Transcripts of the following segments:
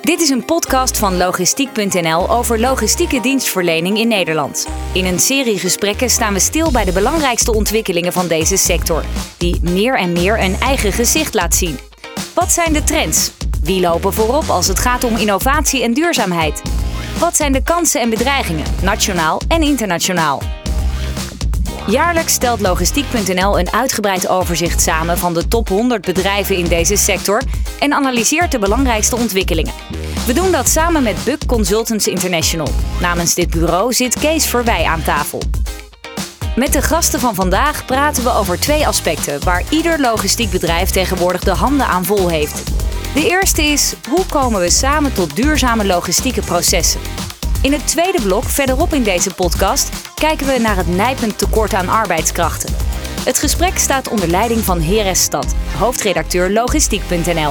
Dit is een podcast van Logistiek.nl over logistieke dienstverlening in Nederland. In een serie gesprekken staan we stil bij de belangrijkste ontwikkelingen van deze sector, die meer en meer een eigen gezicht laat zien. Wat zijn de trends? Wie lopen voorop als het gaat om innovatie en duurzaamheid? Wat zijn de kansen en bedreigingen, nationaal en internationaal? Jaarlijks stelt Logistiek.nl een uitgebreid overzicht samen van de top 100 bedrijven in deze sector en analyseert de belangrijkste ontwikkelingen. We doen dat samen met Buck Consultants International. Namens dit bureau zit Kees Verwij aan tafel. Met de gasten van vandaag praten we over 2 aspecten waar ieder logistiek bedrijf tegenwoordig de handen aan vol heeft. De eerste is, hoe komen we samen tot duurzame logistieke processen? In het tweede blok, verderop in deze podcast, kijken we naar het nijpend tekort aan arbeidskrachten. Het gesprek staat onder leiding van Heres Stad, hoofdredacteur Logistiek.nl.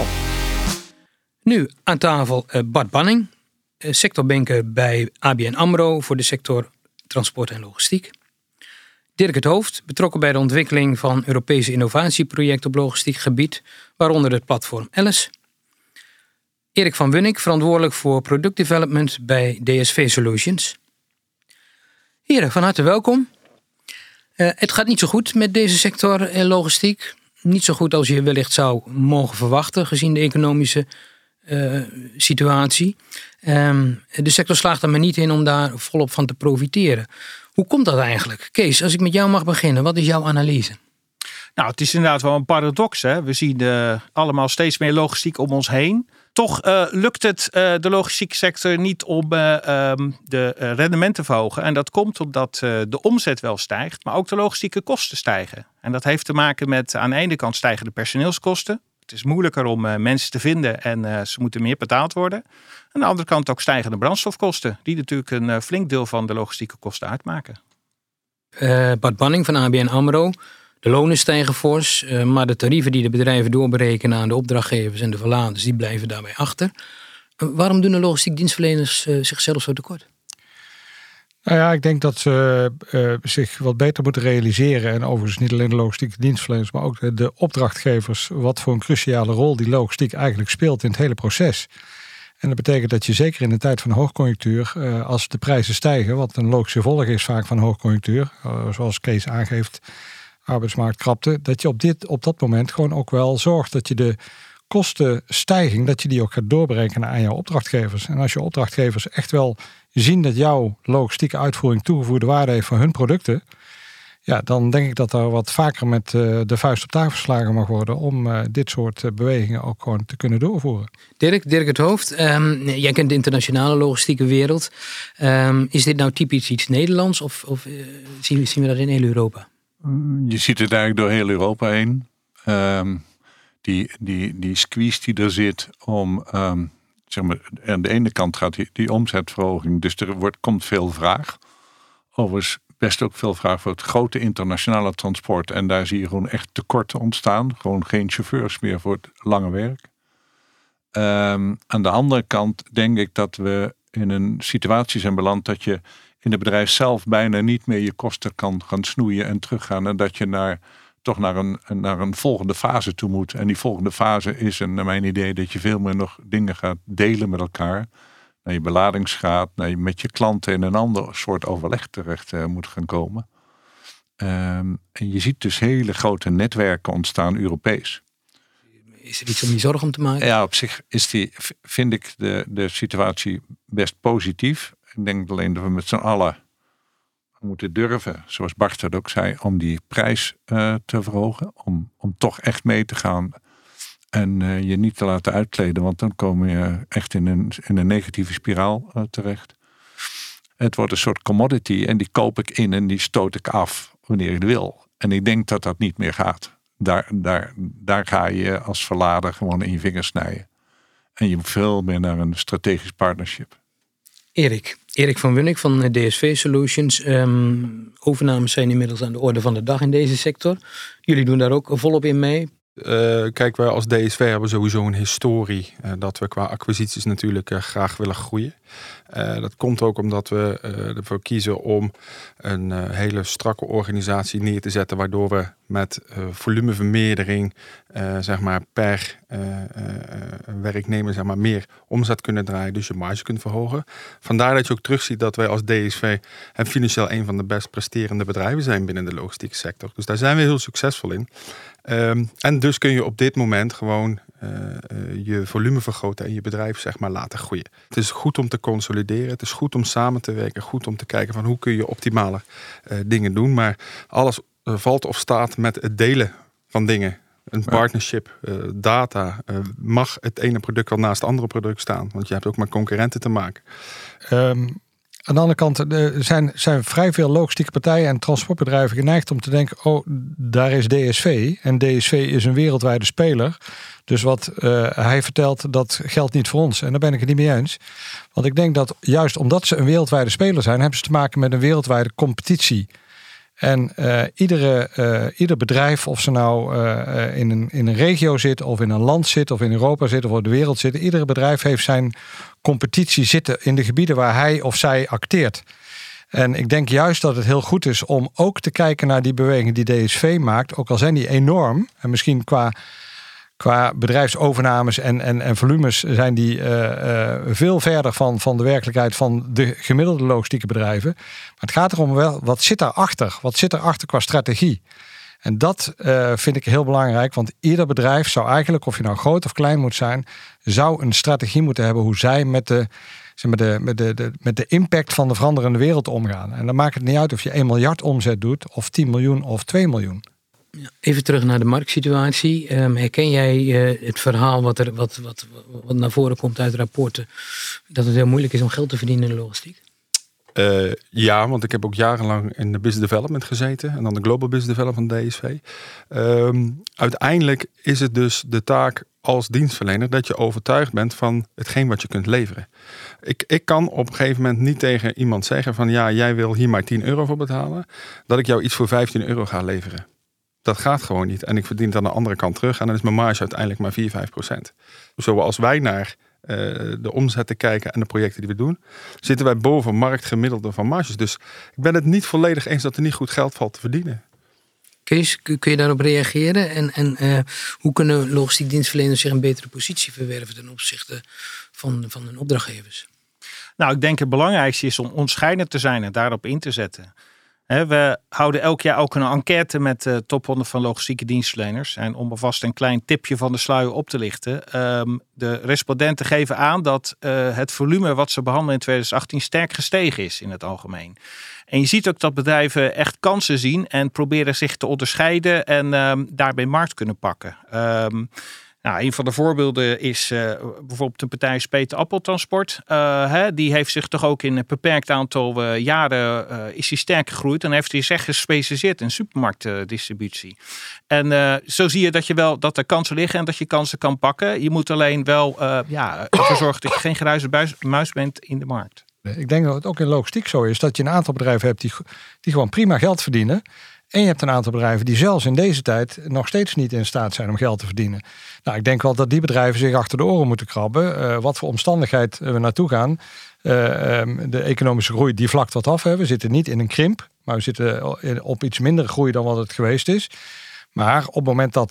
Nu aan tafel Bart Banning, sectorbanker bij ABN AMRO voor de sector transport en logistiek. Dirk het Hoofd, betrokken bij de ontwikkeling van Europese innovatieprojecten op logistiek gebied, waaronder het platform Alice. Erik van Wunnik, verantwoordelijk voor product development bij DSV Solutions. Heren, van harte welkom. Het gaat niet zo goed met deze sector logistiek. Niet zo goed als je wellicht zou mogen verwachten, gezien de economische situatie. De sector slaagt er maar niet in om daar volop van te profiteren. Hoe komt dat eigenlijk? Kees, als ik met jou mag beginnen, wat is jouw analyse? Nou, het is inderdaad wel een paradox. Hè? We zien allemaal steeds meer logistiek om ons heen. Toch lukt het de logistieke sector niet om de rendement te verhogen. En dat komt omdat de omzet wel stijgt, maar ook de logistieke kosten stijgen. En dat heeft te maken met aan de ene kant stijgende personeelskosten. Het is moeilijker om mensen te vinden en ze moeten meer betaald worden. Aan de andere kant ook stijgende brandstofkosten, die natuurlijk een flink deel van de logistieke kosten uitmaken. Bart Banning van ABN AMRO. De lonen stijgen fors, maar de tarieven die de bedrijven doorberekenen aan de opdrachtgevers en de verladers, die blijven daarbij achter. Waarom doen de logistiek dienstverleners zichzelf zo tekort? Nou ja, ik denk dat ze zich wat beter moeten realiseren. En overigens niet alleen de logistieke dienstverleners, maar ook de opdrachtgevers. Wat voor een cruciale rol die logistiek eigenlijk speelt in het hele proces. En dat betekent dat je zeker in de tijd van hoogconjunctuur, als de prijzen stijgen, wat een logische gevolg is vaak van hoogconjunctuur, zoals Kees aangeeft, arbeidsmarktkrapte, dat je op dat moment gewoon ook wel zorgt dat je de kostenstijging, dat je die ook gaat doorberekenen aan jouw opdrachtgevers. En als je opdrachtgevers echt wel zien dat jouw logistieke uitvoering toegevoegde waarde heeft van hun producten, ja, dan denk ik dat er wat vaker met de vuist op tafel geslagen mag worden om dit soort bewegingen ook gewoon te kunnen doorvoeren. Dirk het Hoofd, jij kent de internationale logistieke wereld. Is dit nou typisch iets Nederlands of zien we dat in heel Europa? Je ziet het eigenlijk door heel Europa heen. Die squeeze die er zit om, zeg maar, aan de ene kant gaat die omzetverhoging, dus komt veel vraag. Overigens best ook veel vraag voor het grote internationale transport. En daar zie je gewoon echt tekorten ontstaan. Gewoon geen chauffeurs meer voor het lange werk. Aan de andere kant denk ik dat we in een situatie zijn beland dat je in het bedrijf zelf bijna niet meer je kosten kan gaan snoeien en teruggaan. En dat je toch naar een volgende fase toe moet. En die volgende fase is, naar mijn idee, dat je veel meer nog dingen gaat delen met elkaar. Naar je beladingsgraad, met je klanten in een ander soort overleg terecht moet gaan komen. En je ziet dus hele grote netwerken ontstaan Europees. Is er iets om je zorgen om te maken? Ja, op zich vind ik de situatie best positief. Ik denk alleen dat we met z'n allen moeten durven, zoals Bart dat ook zei, om die prijs te verhogen. Om toch echt mee te gaan en je niet te laten uitkleden, want dan kom je echt in een negatieve spiraal terecht. Het wordt een soort commodity en die koop ik in en die stoot ik af wanneer ik wil. En ik denk dat dat niet meer gaat. Daar ga je als verlader gewoon in je vingers snijden. En je moet veel meer naar een strategisch partnership. Erik van Wunnik van DSV Solutions. Overnames zijn inmiddels aan de orde van de dag in deze sector. Jullie doen daar ook volop in mee. Kijk, wij als DSV hebben sowieso een historie dat we qua acquisities natuurlijk graag willen groeien. Dat komt ook omdat we ervoor kiezen om een hele strakke organisatie neer te zetten, waardoor we met volumevermeerdering per werknemer meer omzet kunnen draaien, dus je marge kunt verhogen. Vandaar dat je ook terugziet dat wij als DSV financieel een van de best presterende bedrijven zijn binnen de logistieke sector. Dus daar zijn we heel succesvol in. En dus kun je op dit moment gewoon je volume vergroten en je bedrijf laten groeien. Het is goed om te consolideren, het is goed om samen te werken, goed om te kijken van hoe kun je optimaler dingen doen. Maar alles valt of staat met het delen van dingen. Een partnership, data, mag het ene product wel naast het andere product staan. Want je hebt ook met concurrenten te maken. Aan de andere kant zijn vrij veel logistieke partijen en transportbedrijven geneigd om te denken, daar is DSV. En DSV is een wereldwijde speler. Dus wat hij vertelt, dat geldt niet voor ons. En daar ben ik het niet mee eens. Want ik denk dat juist omdat ze een wereldwijde speler zijn, hebben ze te maken met een wereldwijde competitie. En ieder bedrijf, of ze nou in een regio zit, of in een land zit, of in Europa zit, of op de wereld zit, iedere bedrijf heeft zijn competitie zitten in de gebieden waar hij of zij acteert. En ik denk juist dat het heel goed is om ook te kijken naar die bewegingen die DSV maakt, ook al zijn die enorm, en misschien qua bedrijfsovernames en volumes zijn die veel verder van de werkelijkheid van de gemiddelde logistieke bedrijven. Maar het gaat erom wel, wat zit daarachter? Wat zit daarachter qua strategie? En dat vind ik heel belangrijk, want ieder bedrijf zou eigenlijk, of je nou groot of klein moet zijn, zou een strategie moeten hebben hoe zij met de impact van de veranderende wereld omgaan. En dan maakt het niet uit of je 1 miljard omzet doet, of 10 miljoen of 2 miljoen. Even terug naar de marktsituatie. Herken jij het verhaal wat naar voren komt uit rapporten, dat het heel moeilijk is om geld te verdienen in de logistiek? Ja, want ik heb ook jarenlang in de business development gezeten en dan de global business development van DSV. Uiteindelijk is het dus de taak als dienstverlener dat je overtuigd bent van hetgeen wat je kunt leveren. Ik kan op een gegeven moment niet tegen iemand zeggen van ja, jij wil hier maar 10 euro voor betalen, dat ik jou iets voor 15 euro ga leveren. Dat gaat gewoon niet. En ik verdien het aan de andere kant terug en dan is mijn marge uiteindelijk maar 4-5%. Zoals wij naar de omzetten kijken en de projecten die we doen, zitten wij boven marktgemiddelde van marges. Dus ik ben het niet volledig eens dat er niet goed geld valt te verdienen. Kees, kun je daarop reageren? En hoe kunnen logistiek dienstverleners zich een betere positie verwerven ten opzichte van hun opdrachtgevers? Nou, ik denk het belangrijkste is om onderscheidend te zijn en daarop in te zetten. We houden elk jaar ook een enquête met de top 100 van logistieke dienstverleners. En om alvast een klein tipje van de sluier op te lichten. De respondenten geven aan dat het volume wat ze behandelen in 2018 sterk gestegen is in het algemeen. En je ziet ook dat bedrijven echt kansen zien en proberen zich te onderscheiden en daarbij markt kunnen pakken. Een van de voorbeelden is bijvoorbeeld de partij Speet Appeltransport. Die heeft zich toch ook in een beperkt aantal jaren is die sterk gegroeid. En heeft hij zich gespecialiseerd in supermarktdistributie. En zo zie je dat er kansen liggen en dat je kansen kan pakken. Je moet alleen wel ervoor zorgen dat je geen grijze muis bent in de markt. Ik denk dat het ook in logistiek zo is dat je een aantal bedrijven hebt die gewoon prima geld verdienen. En je hebt een aantal bedrijven die zelfs in deze tijd nog steeds niet in staat zijn om geld te verdienen. Nou, ik denk wel dat die bedrijven zich achter de oren moeten krabben. Wat voor omstandigheid we naartoe gaan. De economische groei die vlakt wat af. We zitten niet in een krimp, maar we zitten op iets minder groei dan wat het geweest is. Maar op het moment dat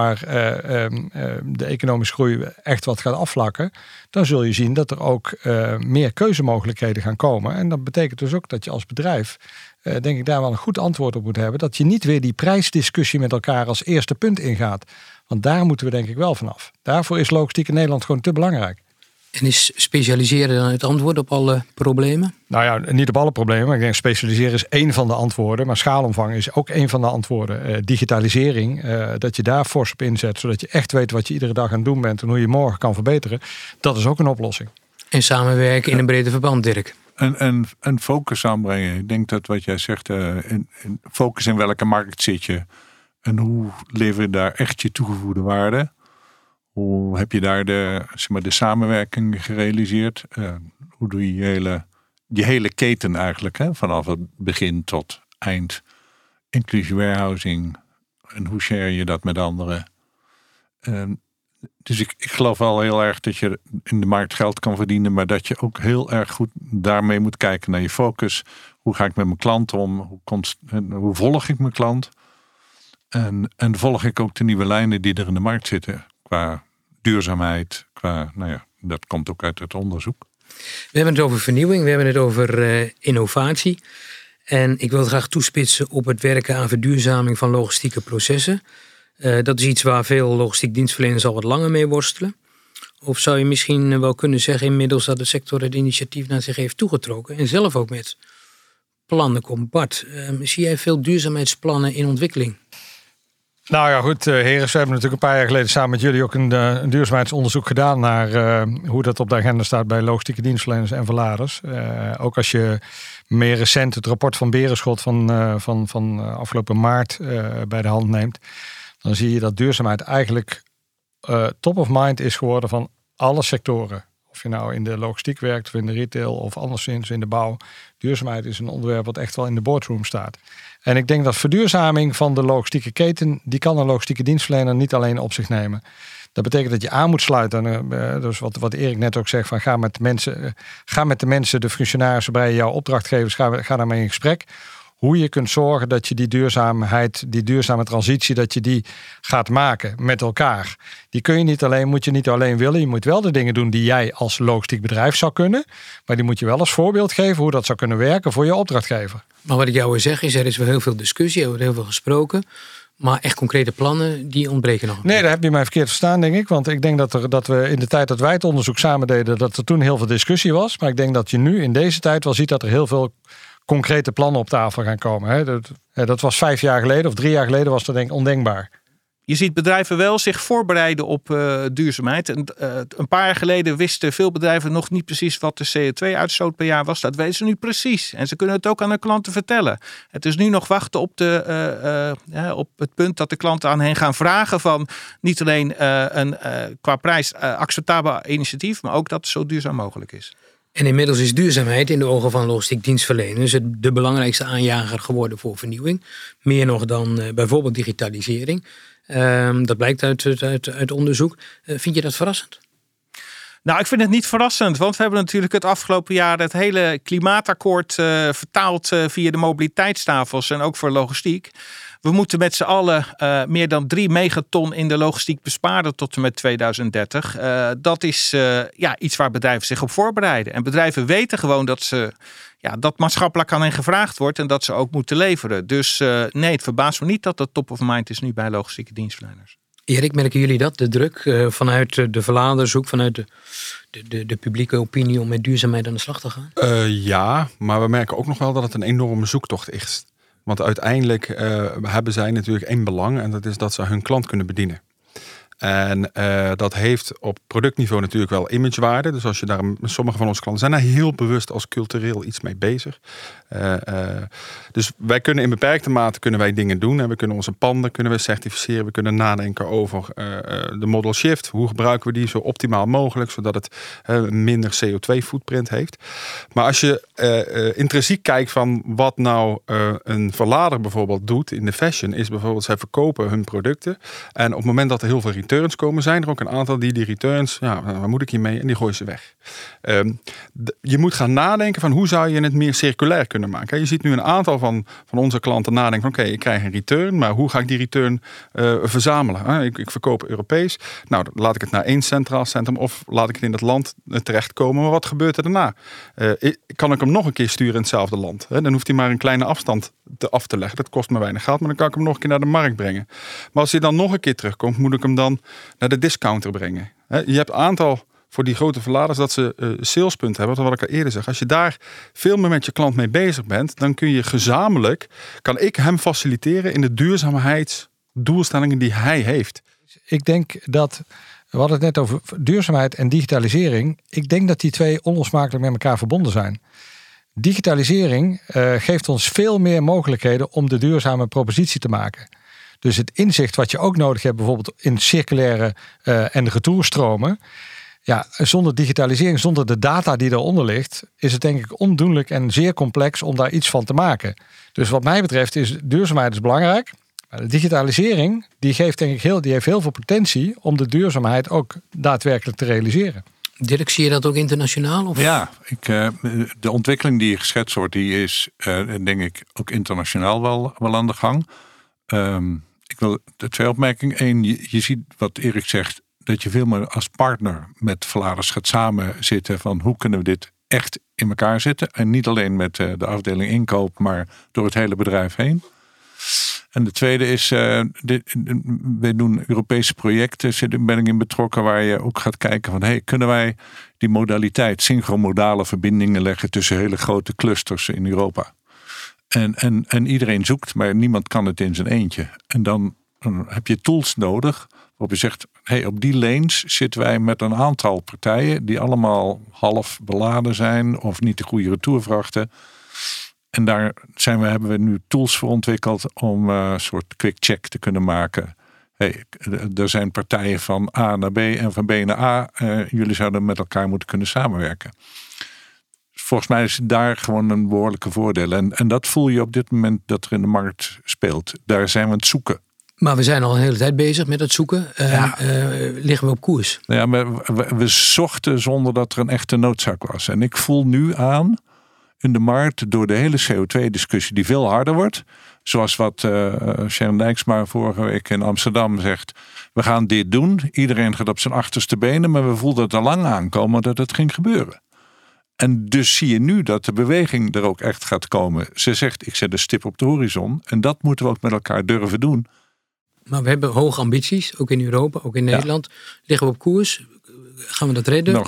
de economische groei echt wat gaat afvlakken, dan zul je zien dat er ook meer keuzemogelijkheden gaan komen. En dat betekent dus ook dat je als bedrijf, denk ik, daar wel een goed antwoord op moet hebben. Dat je niet weer die prijsdiscussie met elkaar als eerste punt ingaat. Want daar moeten we denk ik wel vanaf. Daarvoor is logistiek in Nederland gewoon te belangrijk. En is specialiseren dan het antwoord op alle problemen? Nou ja, niet op alle problemen. Maar ik denk specialiseren is één van de antwoorden. Maar schaalomvang is ook één van de antwoorden. Digitalisering, dat je daar fors op inzet. Zodat je echt weet wat je iedere dag aan het doen bent. En hoe je morgen kan verbeteren. Dat is ook een oplossing. En samenwerken in een breder verband, Dirk. Een focus aanbrengen. Ik denk dat wat jij zegt, focus in welke markt zit je. En hoe lever je daar echt je toegevoegde waarde? Hoe heb je daar de samenwerking gerealiseerd? Hoe doe je die hele keten eigenlijk, vanaf het begin tot eind, inclusief warehousing. En hoe share je dat met anderen? Dus ik geloof wel heel erg dat je in de markt geld kan verdienen, maar dat je ook heel erg goed daarmee moet kijken naar je focus. Hoe ga ik met mijn klant om? Hoe volg ik mijn klant? En volg ik ook de nieuwe lijnen die er in de markt zitten qua duurzaamheid, dat komt ook uit het onderzoek. We hebben het over vernieuwing, we hebben het over innovatie. En ik wil het graag toespitsen op het werken aan verduurzaming van logistieke processen. Dat is iets waar veel logistiek dienstverleners al wat langer mee worstelen. Of zou je misschien wel kunnen zeggen inmiddels dat de sector het initiatief naar zich heeft toegetrokken en zelf ook met plannen komt. Bart, zie jij veel duurzaamheidsplannen in ontwikkeling? Nou ja, goed, heren, we hebben natuurlijk een paar jaar geleden samen met jullie ook een duurzaamheidsonderzoek gedaan naar hoe dat op de agenda staat bij logistieke dienstverleners en verladers. Ook als je meer recent het rapport van Berenschot van afgelopen maart bij de hand neemt, dan zie je dat duurzaamheid eigenlijk top of mind is geworden van alle sectoren. Of je nou in de logistiek werkt of in de retail of anderszins in de bouw. Duurzaamheid is een onderwerp wat echt wel in de boardroom staat. En ik denk dat verduurzaming van de logistieke keten, die kan een logistieke dienstverlener niet alleen op zich nemen. Dat betekent dat je aan moet sluiten. Dus wat Erik net ook zegt, van ga met de mensen, de functionarissen bij jouw opdrachtgevers, ga daarmee in gesprek. Hoe je kunt zorgen dat je die duurzaamheid, die duurzame transitie, dat je die gaat maken met elkaar. Moet je niet alleen willen. Je moet wel de dingen doen die jij als logistiek bedrijf zou kunnen. Maar die moet je wel als voorbeeld geven hoe dat zou kunnen werken voor je opdrachtgever. Maar wat ik jou wil zeggen is, er is wel heel veel discussie, er wordt heel veel gesproken. Maar echt concrete plannen, die ontbreken nog. Nee, daar heb je mij verkeerd verstaan, denk ik. Want ik denk dat we in de tijd dat wij het onderzoek samen deden, dat er toen heel veel discussie was. Maar ik denk dat je nu in deze tijd wel ziet dat er heel veel concrete plannen op tafel gaan komen. Dat was 5 jaar geleden of 3 jaar geleden was dat denk ik ondenkbaar. Je ziet bedrijven wel zich voorbereiden op duurzaamheid. Een paar jaar geleden wisten veel bedrijven nog niet precies wat de CO2-uitstoot per jaar was. Dat weten ze nu precies. En ze kunnen het ook aan hun klanten vertellen. Het is nu nog wachten op het punt dat de klanten aan hen gaan vragen van niet alleen een qua prijs acceptabel initiatief, maar ook dat het zo duurzaam mogelijk is. En inmiddels is duurzaamheid in de ogen van logistiek dienstverleners de belangrijkste aanjager geworden voor vernieuwing. Meer nog dan bijvoorbeeld digitalisering. Dat blijkt uit onderzoek. Vind je dat verrassend? Nou, ik vind het niet verrassend, want we hebben natuurlijk het afgelopen jaar het hele klimaatakkoord vertaald via de mobiliteitstafels en ook voor logistiek. We moeten met z'n allen meer dan 3 megaton in de logistiek besparen tot en met 2030. Dat is iets waar bedrijven zich op voorbereiden. En bedrijven weten gewoon dat maatschappelijk aan hen gevraagd wordt en dat ze ook moeten leveren. Dus nee, het verbaast me niet dat dat top of mind is nu bij logistieke dienstverleners. Erik, merken jullie dat? De druk vanuit de verladers, ook vanuit de publieke opinie om met duurzaamheid aan de slag te gaan? Ja, maar we merken ook nog wel dat het een enorme zoektocht is. Want uiteindelijk hebben zij natuurlijk 1 belang en dat is dat ze hun klant kunnen bedienen. En dat heeft op productniveau natuurlijk wel imagewaarde. Dus als je daar, sommige van onze klanten zijn daar heel bewust als cultureel iets mee bezig. Dus wij kunnen in beperkte mate dingen doen. En we kunnen onze panden certificeren. We kunnen nadenken over de model shift. Hoe gebruiken we die zo optimaal mogelijk, zodat het minder CO2-footprint heeft. Maar als je intrinsiek kijkt van wat nou een verlader bijvoorbeeld doet in de fashion, is bijvoorbeeld zij verkopen hun producten. En op het moment dat er heel veel returns komen, zijn er ook een aantal die returns, waar moet ik hiermee? En die gooien ze weg. Je moet gaan nadenken van hoe zou je het meer circulair kunnen maken. Je ziet nu een aantal van onze klanten nadenken van oké, ik krijg een return, maar hoe ga ik die return verzamelen? Ik verkoop Europees. Nou, dan laat ik het naar 1 centraal centrum of laat ik het in het land terechtkomen. Maar wat gebeurt er daarna? Kan ik hem nog een keer sturen in hetzelfde land? Dan hoeft hij maar een kleine afstand af te leggen. Dat kost me weinig geld, maar dan kan ik hem nog een keer naar de markt brengen. Maar als hij dan nog een keer terugkomt, moet ik hem dan naar de discounter brengen. Je hebt een aantal voor die grote verladers dat ze salespunten hebben. Wat ik al eerder zeg. Als je daar veel meer met je klant mee bezig bent, dan kun je gezamenlijk, kan ik hem faciliteren in de duurzaamheidsdoelstellingen die hij heeft. Ik denk dat, we hadden het net over duurzaamheid en digitalisering. Ik denk dat die 2 onlosmakelijk met elkaar verbonden zijn. Digitalisering geeft ons veel meer mogelijkheden om de duurzame propositie te maken. Dus het inzicht wat je ook nodig hebt, bijvoorbeeld in circulaire en retourstromen. Ja, zonder digitalisering, zonder de data die eronder ligt, is het denk ik ondoenlijk en zeer complex om daar iets van te maken. Dus wat mij betreft is duurzaamheid belangrijk. Maar de digitalisering die heeft heel veel potentie om de duurzaamheid ook daadwerkelijk te realiseren. Dirk, zie je dat ook internationaal? Of? Ja, de ontwikkeling die geschetst wordt, die is denk ik ook internationaal wel aan de gang. Ik wil 2 opmerkingen. 1, je ziet wat Erik zegt, dat je veel meer als partner met verladers gaat samen zitten van hoe kunnen we dit echt in elkaar zetten. En niet alleen met de afdeling inkoop, maar door het hele bedrijf heen. En de tweede is, wij doen Europese projecten, ben ik in betrokken, waar je ook gaat kijken van, kunnen wij die modaliteit, synchromodale verbindingen leggen tussen hele grote clusters in Europa. En iedereen zoekt, maar niemand kan het in zijn eentje. En dan heb je tools nodig, waarop je zegt, op die lanes zitten wij met een aantal partijen die allemaal half beladen zijn of niet de goede retourvrachten. En daar hebben we nu tools voor ontwikkeld om een soort quick check te kunnen maken. Er zijn partijen van A naar B en van B naar A. Jullie zouden met elkaar moeten kunnen samenwerken. Volgens mij is daar gewoon een behoorlijke voordeel. En dat voel je op dit moment dat er in de markt speelt. Daar zijn we aan het zoeken. Maar we zijn al een hele tijd bezig met het zoeken. Liggen we op koers? Ja, maar we zochten zonder dat er een echte noodzaak was. En ik voel nu aan in de markt door de hele CO2-discussie die veel harder wordt. Zoals wat Sharon Dijksma vorige week in Amsterdam zegt. We gaan dit doen. Iedereen gaat op zijn achterste benen. Maar we voelden het al lang aankomen dat het ging gebeuren. En dus zie je nu dat de beweging er ook echt gaat komen. Ze zegt, ik zet een stip op de horizon. En dat moeten we ook met elkaar durven doen. Maar we hebben hoge ambities, ook in Europa, ook in Nederland. Liggen we op koers? Gaan we dat redden?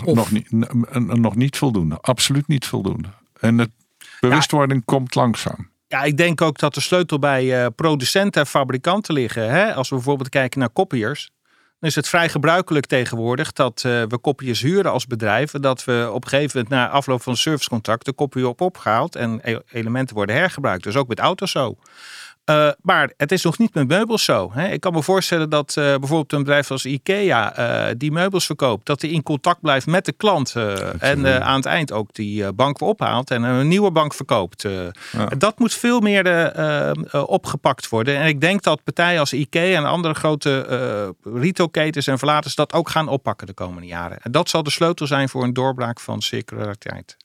Nog niet voldoende. Absoluut niet voldoende. En de bewustwording komt langzaam. Ja, ik denk ook dat de sleutel bij producenten en fabrikanten liggen. Als we bijvoorbeeld kijken naar kopiërs. Dan is het vrij gebruikelijk tegenwoordig dat we kopiërs huren als bedrijf. En dat we op een gegeven moment na afloop van een servicecontract de kopie opgehaald. En elementen worden hergebruikt. Dus ook met auto's zo. Maar het is nog niet met meubels zo. Ik kan me voorstellen dat bijvoorbeeld een bedrijf als IKEA die meubels verkoopt, dat die in contact blijft met de klant. En aan het eind ook die bank weer ophaalt en een nieuwe bank verkoopt. Dat moet veel meer opgepakt worden. En ik denk dat partijen als IKEA en andere grote retailketens en verlaters dat ook gaan oppakken de komende jaren. En dat zal de sleutel zijn voor een doorbraak van circulariteit.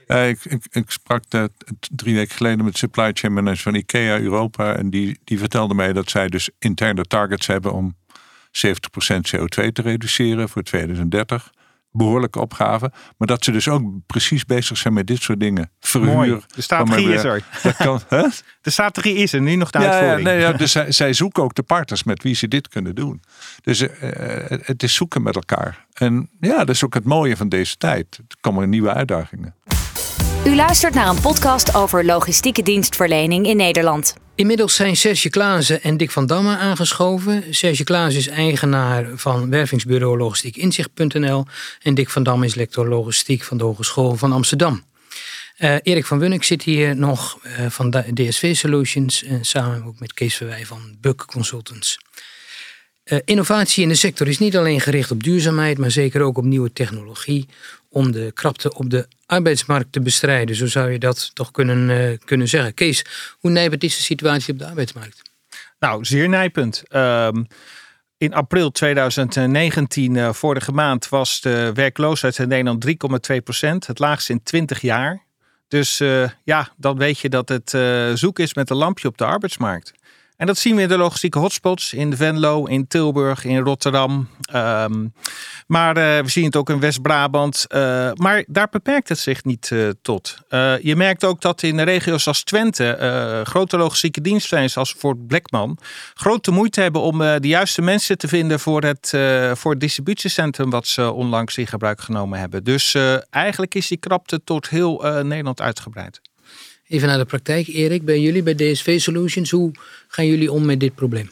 Ik sprak 3 weken geleden met supply chain manager van IKEA Europa. En die vertelde mij dat zij dus interne targets hebben om 70% CO2 te reduceren voor 2030. Behoorlijke opgave. Maar dat ze dus ook precies bezig zijn met dit soort dingen. Verhuur. Mooi. De strategie is er. De strategie is er, nu nog de uitvoering. Dus zij zoeken ook de partners met wie ze dit kunnen doen. Dus het is zoeken met elkaar. En dat is ook het mooie van deze tijd. Er komen nieuwe uitdagingen. U luistert naar een podcast over logistieke dienstverlening in Nederland. Inmiddels zijn Serge Klaassen en Dick van Damme aangeschoven. Serge Klaassen is eigenaar van wervingsbureau logistiekinzicht.nl en Dick van Damme is lector logistiek van de Hogeschool van Amsterdam. Erik van Wunnik zit hier nog van DSV Solutions en samen ook met Kees Verwij van Buck Consultants. Innovatie in de sector is niet alleen gericht op duurzaamheid, maar zeker ook op nieuwe technologie om de krapte op de arbeidsmarkt te bestrijden. Zo zou je dat toch kunnen zeggen. Kees, hoe nijpend is de situatie op de arbeidsmarkt? Nou, zeer nijpend. In april 2019, vorige maand, was de werkloosheid in Nederland 3,2%. Het laagste in 20 jaar. Dus dan weet je dat het zoek is met een lampje op de arbeidsmarkt. En dat zien we in de logistieke hotspots in Venlo, in Tilburg, in Rotterdam. Maar we zien het ook in West-Brabant. Maar daar beperkt het zich niet tot. Je merkt ook dat in de regio's als Twente grote logistieke dienstverleners als Fort Blackman grote moeite hebben om de juiste mensen te vinden voor het distributiecentrum wat ze onlangs in gebruik genomen hebben. Dus eigenlijk is die krapte tot heel Nederland uitgebreid. Even naar de praktijk, Erik. Bij jullie, bij DSV Solutions, hoe gaan jullie om met dit probleem?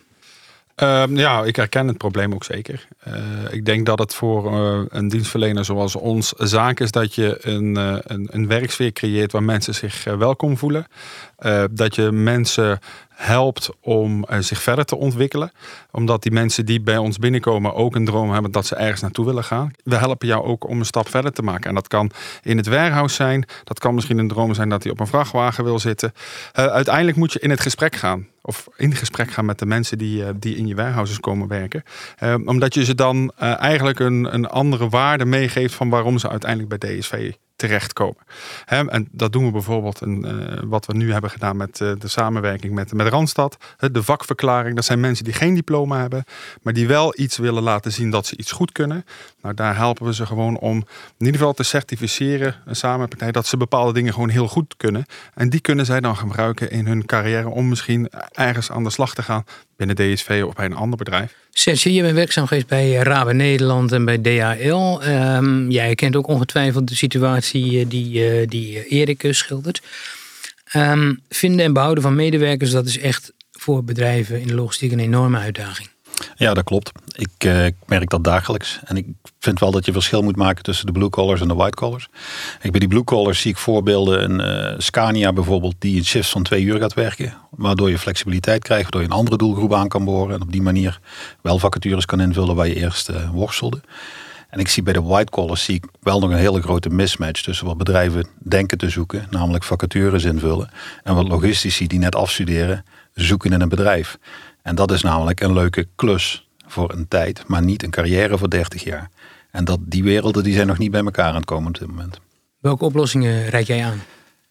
Ik herken het probleem ook zeker. Ik denk dat het voor een dienstverlener zoals ons zaak is dat je een werksfeer creëert waar mensen zich welkom voelen. Dat je mensen helpt om zich verder te ontwikkelen. Omdat die mensen die bij ons binnenkomen ook een droom hebben dat ze ergens naartoe willen gaan. We helpen jou ook om een stap verder te maken. En dat kan in het warehouse zijn. Dat kan misschien een droom zijn dat hij op een vrachtwagen wil zitten. Uiteindelijk moet je in het gesprek gaan. Of in gesprek gaan met de mensen die in je warehouses komen werken. Omdat je ze dan eigenlijk een andere waarde meegeeft van waarom ze uiteindelijk bij DSV terechtkomen. En dat doen we bijvoorbeeld, wat we nu hebben gedaan met de samenwerking met Randstad. De vakverklaring, dat zijn mensen die geen diploma hebben, maar die wel iets willen laten zien dat ze iets goed kunnen. Nou, daar helpen we ze gewoon om in ieder geval te certificeren, een samenpartij, dat ze bepaalde dingen gewoon heel goed kunnen. En die kunnen zij dan gebruiken in hun carrière om misschien ergens aan de slag te gaan binnen DSV of bij een ander bedrijf. Serge, je bent werkzaam geweest bij Rabe Nederland en bij DHL. Jij kent ook ongetwijfeld de situatie die Erik schildert. Vinden en behouden van medewerkers, dat is echt voor bedrijven in de logistiek een enorme uitdaging. Ja, dat klopt. Ik merk dat dagelijks. En ik vind wel dat je verschil moet maken tussen de blue collars en de white collars. Bij die blue collars zie ik voorbeelden. Een Scania bijvoorbeeld die in shifts van 2 uur gaat werken. Waardoor je flexibiliteit krijgt. Waardoor je een andere doelgroep aan kan boren. En op die manier wel vacatures kan invullen waar je eerst worstelde. En ik zie bij de white collars zie ik wel nog een hele grote mismatch tussen wat bedrijven denken te zoeken. Namelijk vacatures invullen. En wat logistici die net afstuderen zoeken in een bedrijf. En dat is namelijk een leuke klus voor een tijd, maar niet een carrière voor 30 jaar. En die werelden die zijn nog niet bij elkaar aan het komen op dit moment. Welke oplossingen reik jij aan?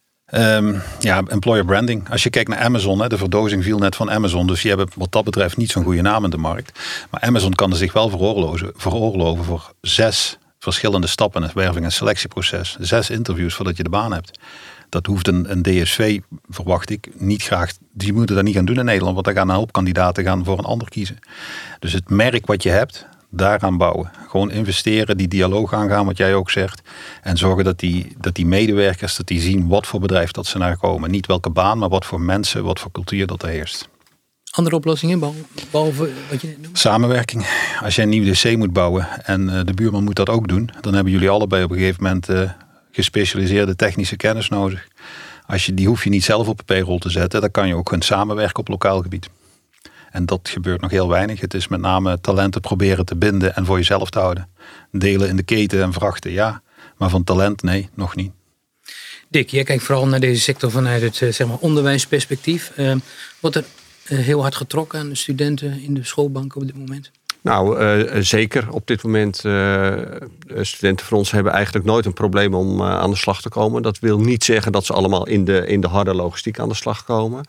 Employer branding. Als je kijkt naar Amazon, de verdozing viel net van Amazon. Dus die hebben wat dat betreft niet zo'n goede naam in de markt. Maar Amazon kan er zich wel veroorloven voor 6 verschillende stappen in het werving- en selectieproces. 6 interviews voordat je de baan hebt. Dat hoeft een DSV, verwacht ik, niet graag. Die moeten dat niet gaan doen in Nederland. Want dan gaan een hoop kandidaten gaan voor een ander kiezen. Dus het merk wat je hebt, daaraan bouwen. Gewoon investeren, die dialoog aangaan, wat jij ook zegt. En zorgen dat die medewerkers, dat die zien wat voor bedrijf dat ze naar komen. Niet welke baan, maar wat voor mensen, wat voor cultuur dat er heerst. Andere oplossingen, behalve wat je net noemt? Samenwerking. Als je een nieuw DC moet bouwen en de buurman moet dat ook doen, dan hebben jullie allebei op een gegeven moment gespecialiseerde technische kennis nodig. Die hoef je niet zelf op een payroll te zetten. Dan kan je ook gaan samenwerken op lokaal gebied. En dat gebeurt nog heel weinig. Het is met name talenten proberen te binden en voor jezelf te houden. Delen in de keten en vrachten, ja. Maar van talent, nee, nog niet. Dick, jij kijkt vooral naar deze sector vanuit het onderwijsperspectief. Wordt er heel hard getrokken aan de studenten in de schoolbanken op dit moment? Nou, zeker. Op dit moment, studenten van ons hebben eigenlijk nooit een probleem om aan de slag te komen. Dat wil niet zeggen dat ze allemaal in de harde logistiek aan de slag komen.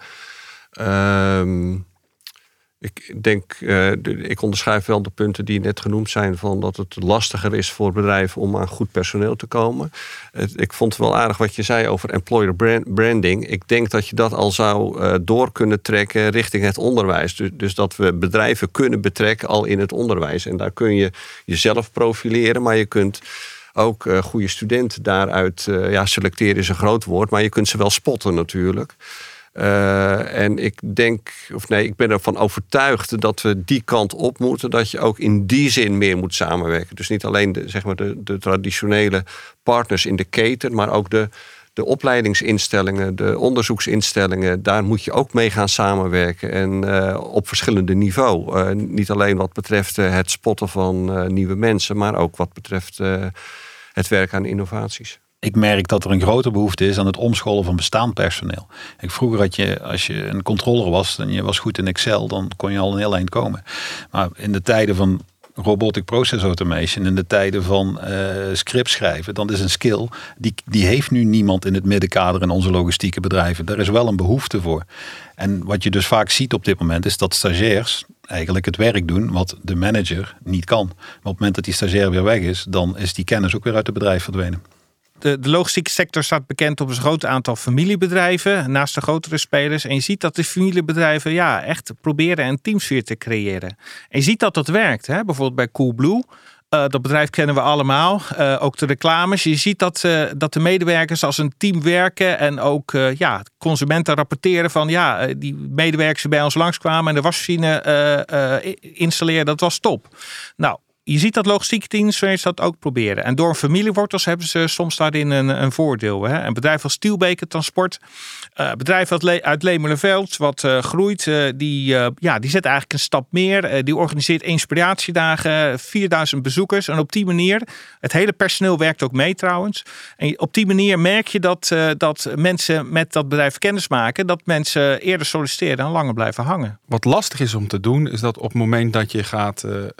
Ik denk, ik onderschrijf wel de punten die net genoemd zijn, van dat het lastiger is voor bedrijven om aan goed personeel te komen. Ik vond het wel aardig wat je zei over employer branding. Ik denk dat je dat al zou door kunnen trekken richting het onderwijs. Dus dat we bedrijven kunnen betrekken al in het onderwijs. En daar kun je jezelf profileren, maar je kunt ook goede studenten daaruit selecteren is een groot woord, maar je kunt ze wel spotten natuurlijk. En ik ben ervan overtuigd dat we die kant op moeten. Dat je ook in die zin meer moet samenwerken. Dus niet alleen de traditionele partners in de keten, maar ook de opleidingsinstellingen, de onderzoeksinstellingen. Daar moet je ook mee gaan samenwerken. En op verschillende niveau. Niet alleen wat betreft het spotten van nieuwe mensen, maar ook wat betreft het werk aan innovaties. Ik merk dat er een grote behoefte is aan het omscholen van bestaand personeel. Vroeger als je een controller was en je was goed in Excel, dan kon je al een heel eind komen. Maar in de tijden van robotic process automation, in de tijden van script schrijven, dan is een skill, die heeft nu niemand in het middenkader in onze logistieke bedrijven. Daar is wel een behoefte voor. En wat je dus vaak ziet op dit moment is dat stagiairs eigenlijk het werk doen wat de manager niet kan. Maar op het moment dat die stagiair weer weg is, dan is die kennis ook weer uit het bedrijf verdwenen. De logistieke sector staat bekend op een groot aantal familiebedrijven naast de grotere spelers. En je ziet dat de familiebedrijven echt proberen een teamsfeer te creëren. En je ziet dat dat werkt. Hè? Bijvoorbeeld bij Coolblue. Dat bedrijf kennen we allemaal. Ook de reclames. Je ziet dat de medewerkers als een team werken. En ook consumenten rapporteren van die medewerkers die bij ons langskwamen en de wasmachine installeren. Dat was top. Nou, je ziet dat logistieke dienstverleners dat ook proberen. En door familiewortels hebben ze soms daarin een voordeel. Hè? Een bedrijf als Stielbeker Transport, bedrijf uit Lemelerveld, wat groeit, die zet eigenlijk een stap meer. Die organiseert inspiratiedagen, 4000 bezoekers. En op die manier, het hele personeel werkt ook mee trouwens. En op die manier merk je dat mensen met dat bedrijf kennis maken, dat mensen eerder solliciteren en langer blijven hangen. Wat lastig is om te doen, is dat op het moment dat je gaat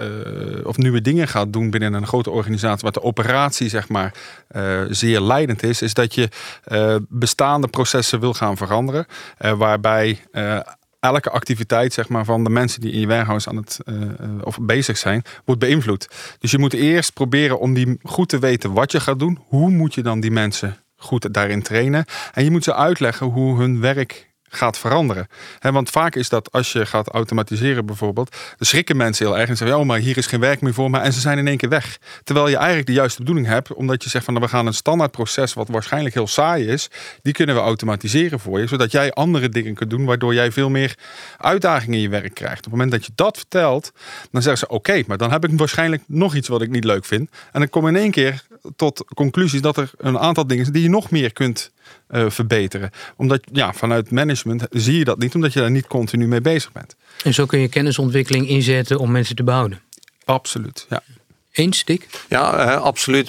of nieuwe dingen gaat doen binnen een grote organisatie, waar de operatie zeg maar zeer leidend is dat je bestaande processen wil gaan veranderen, waarbij elke activiteit zeg maar, van de mensen die in je warehouse aan het of bezig zijn, wordt beïnvloed. Dus je moet eerst proberen om die goed te weten wat je gaat doen. Hoe moet je dan die mensen goed daarin trainen? En je moet ze uitleggen hoe hun werk gaat veranderen. Want vaak is dat als je gaat automatiseren bijvoorbeeld, dan schrikken mensen heel erg en zeggen, maar hier is geen werk meer voor me en ze zijn in één keer weg. Terwijl je eigenlijk de juiste bedoeling hebt, omdat je zegt van we gaan een standaard proces wat waarschijnlijk heel saai is, die kunnen we automatiseren voor je, zodat jij andere dingen kunt doen, waardoor jij veel meer uitdagingen in je werk krijgt. Op het moment dat je dat vertelt, dan zeggen ze oké, maar dan heb ik waarschijnlijk nog iets wat ik niet leuk vind. En dan kom je in één keer tot conclusies dat er een aantal dingen zijn die je nog meer kunt verbeteren. Omdat vanuit management zie je dat niet, omdat je daar niet continu mee bezig bent. En zo kun je kennisontwikkeling inzetten om mensen te behouden. Absoluut, ja. Eens, Dick? Ja, absoluut.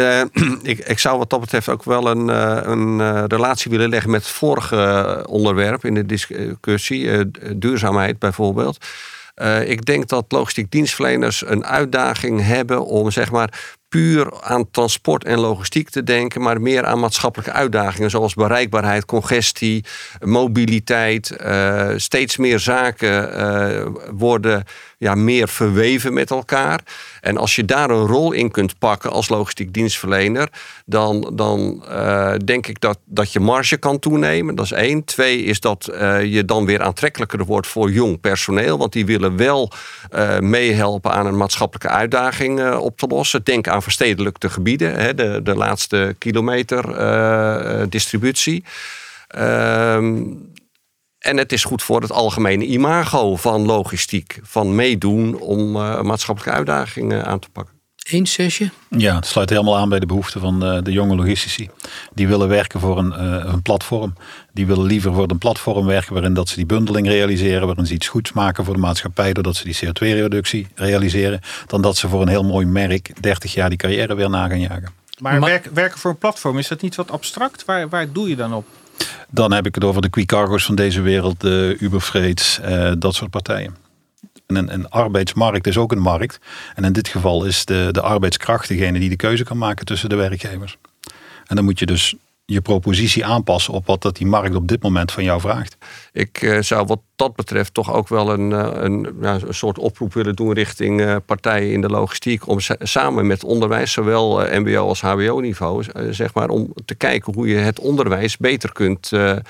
Ik zou wat dat betreft ook wel een relatie willen leggen met het vorige onderwerp in de discussie. Duurzaamheid bijvoorbeeld. Ik denk dat logistiek dienstverleners een uitdaging hebben om zeg maar puur aan transport en logistiek te denken, maar meer aan maatschappelijke uitdagingen zoals bereikbaarheid, congestie, mobiliteit. Steeds meer zaken worden meer verweven met elkaar. En als je daar een rol in kunt pakken als logistiek dienstverlener, dan denk ik dat je marge kan toenemen. Dat is 1. 2 is dat je dan weer aantrekkelijker wordt voor jong personeel, want die willen wel meehelpen aan een maatschappelijke uitdaging op te lossen. Denk aan verstedelijkte gebieden, de laatste kilometer distributie. En het is goed voor het algemene imago van logistiek, van meedoen om maatschappelijke uitdagingen aan te pakken. Eens, Sesje? Ja, het sluit helemaal aan bij de behoeften van de jonge logistici. Die willen werken voor een platform. Die willen liever voor een platform werken waarin dat ze die bundeling realiseren, waarin ze iets goeds maken voor de maatschappij, doordat ze die CO2-reductie realiseren, dan dat ze voor een heel mooi merk 30 jaar die carrière weer na gaan jagen. Maar werken voor een platform, is dat niet wat abstract? Waar doe je dan op? Dan heb ik het over de Quicargo's van deze wereld, de Uber Freights, dat soort partijen. En een arbeidsmarkt is ook een markt. En in dit geval is de arbeidskracht degene die de keuze kan maken tussen de werkgevers. En dan moet je dus je propositie aanpassen op wat dat die markt op dit moment van jou vraagt. Ik zou wat dat betreft toch ook wel een soort oproep willen doen richting partijen in de logistiek om samen met onderwijs, zowel mbo als hbo niveau, zeg maar, om te kijken hoe je het onderwijs beter kunt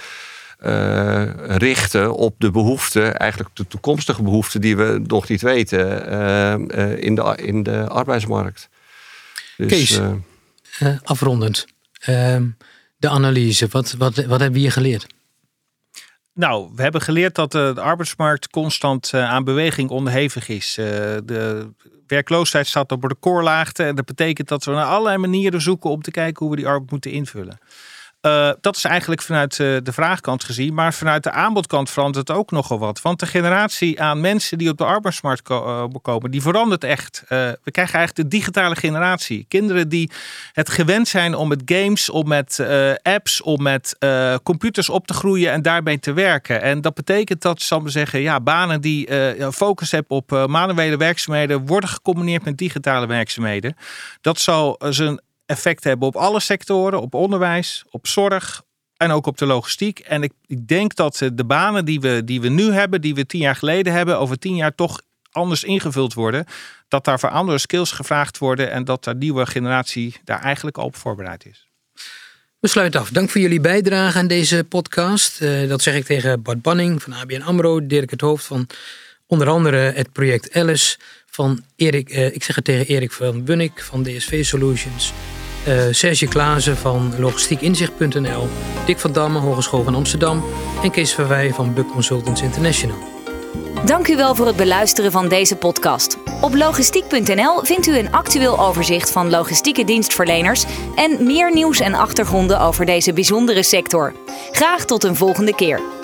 richten op de behoeften, eigenlijk de toekomstige behoeften die we nog niet weten in de arbeidsmarkt. Dus, Kees, afrondend. De analyse, wat hebben we hier geleerd? Nou, we hebben geleerd dat de arbeidsmarkt constant aan beweging onderhevig is. De werkloosheid staat op recordlaagte en dat betekent dat we naar allerlei manieren zoeken om te kijken hoe we die arbeid moeten invullen. Dat is eigenlijk vanuit de vraagkant gezien. Maar vanuit de aanbodkant verandert het ook nogal wat. Want de generatie aan mensen die op de arbeidsmarkt komen, die verandert echt. We krijgen eigenlijk de digitale generatie. Kinderen die het gewend zijn om met games, om met apps, om met computers op te groeien en daarbij te werken. En dat betekent dat, zal ik maar zeggen, banen die focus hebben op manuele werkzaamheden worden gecombineerd met digitale werkzaamheden. Dat zal zijn effect hebben op alle sectoren, op onderwijs, op zorg en ook op de logistiek. En ik denk dat de banen die we nu hebben, die we 10 jaar geleden hebben, over 10 jaar toch anders ingevuld worden. Dat daar voor andere skills gevraagd worden en dat de nieuwe generatie daar eigenlijk al op voorbereid is. We sluiten af. Dank voor jullie bijdrage aan deze podcast. Dat zeg ik tegen Bart Banning van ABN AMRO, Dirk het Hoofd van onder andere het project Alice, van Erik, ik zeg het tegen Erik van Bunnik van DSV Solutions, Serge Klaassen van logistiekinzicht.nl, Dick van Damme, Hogeschool van Amsterdam en Kees Verwij van Buck Consultants International. Dank u wel voor het beluisteren van deze podcast. Op logistiek.nl vindt u een actueel overzicht van logistieke dienstverleners en meer nieuws en achtergronden over deze bijzondere sector. Graag tot een volgende keer.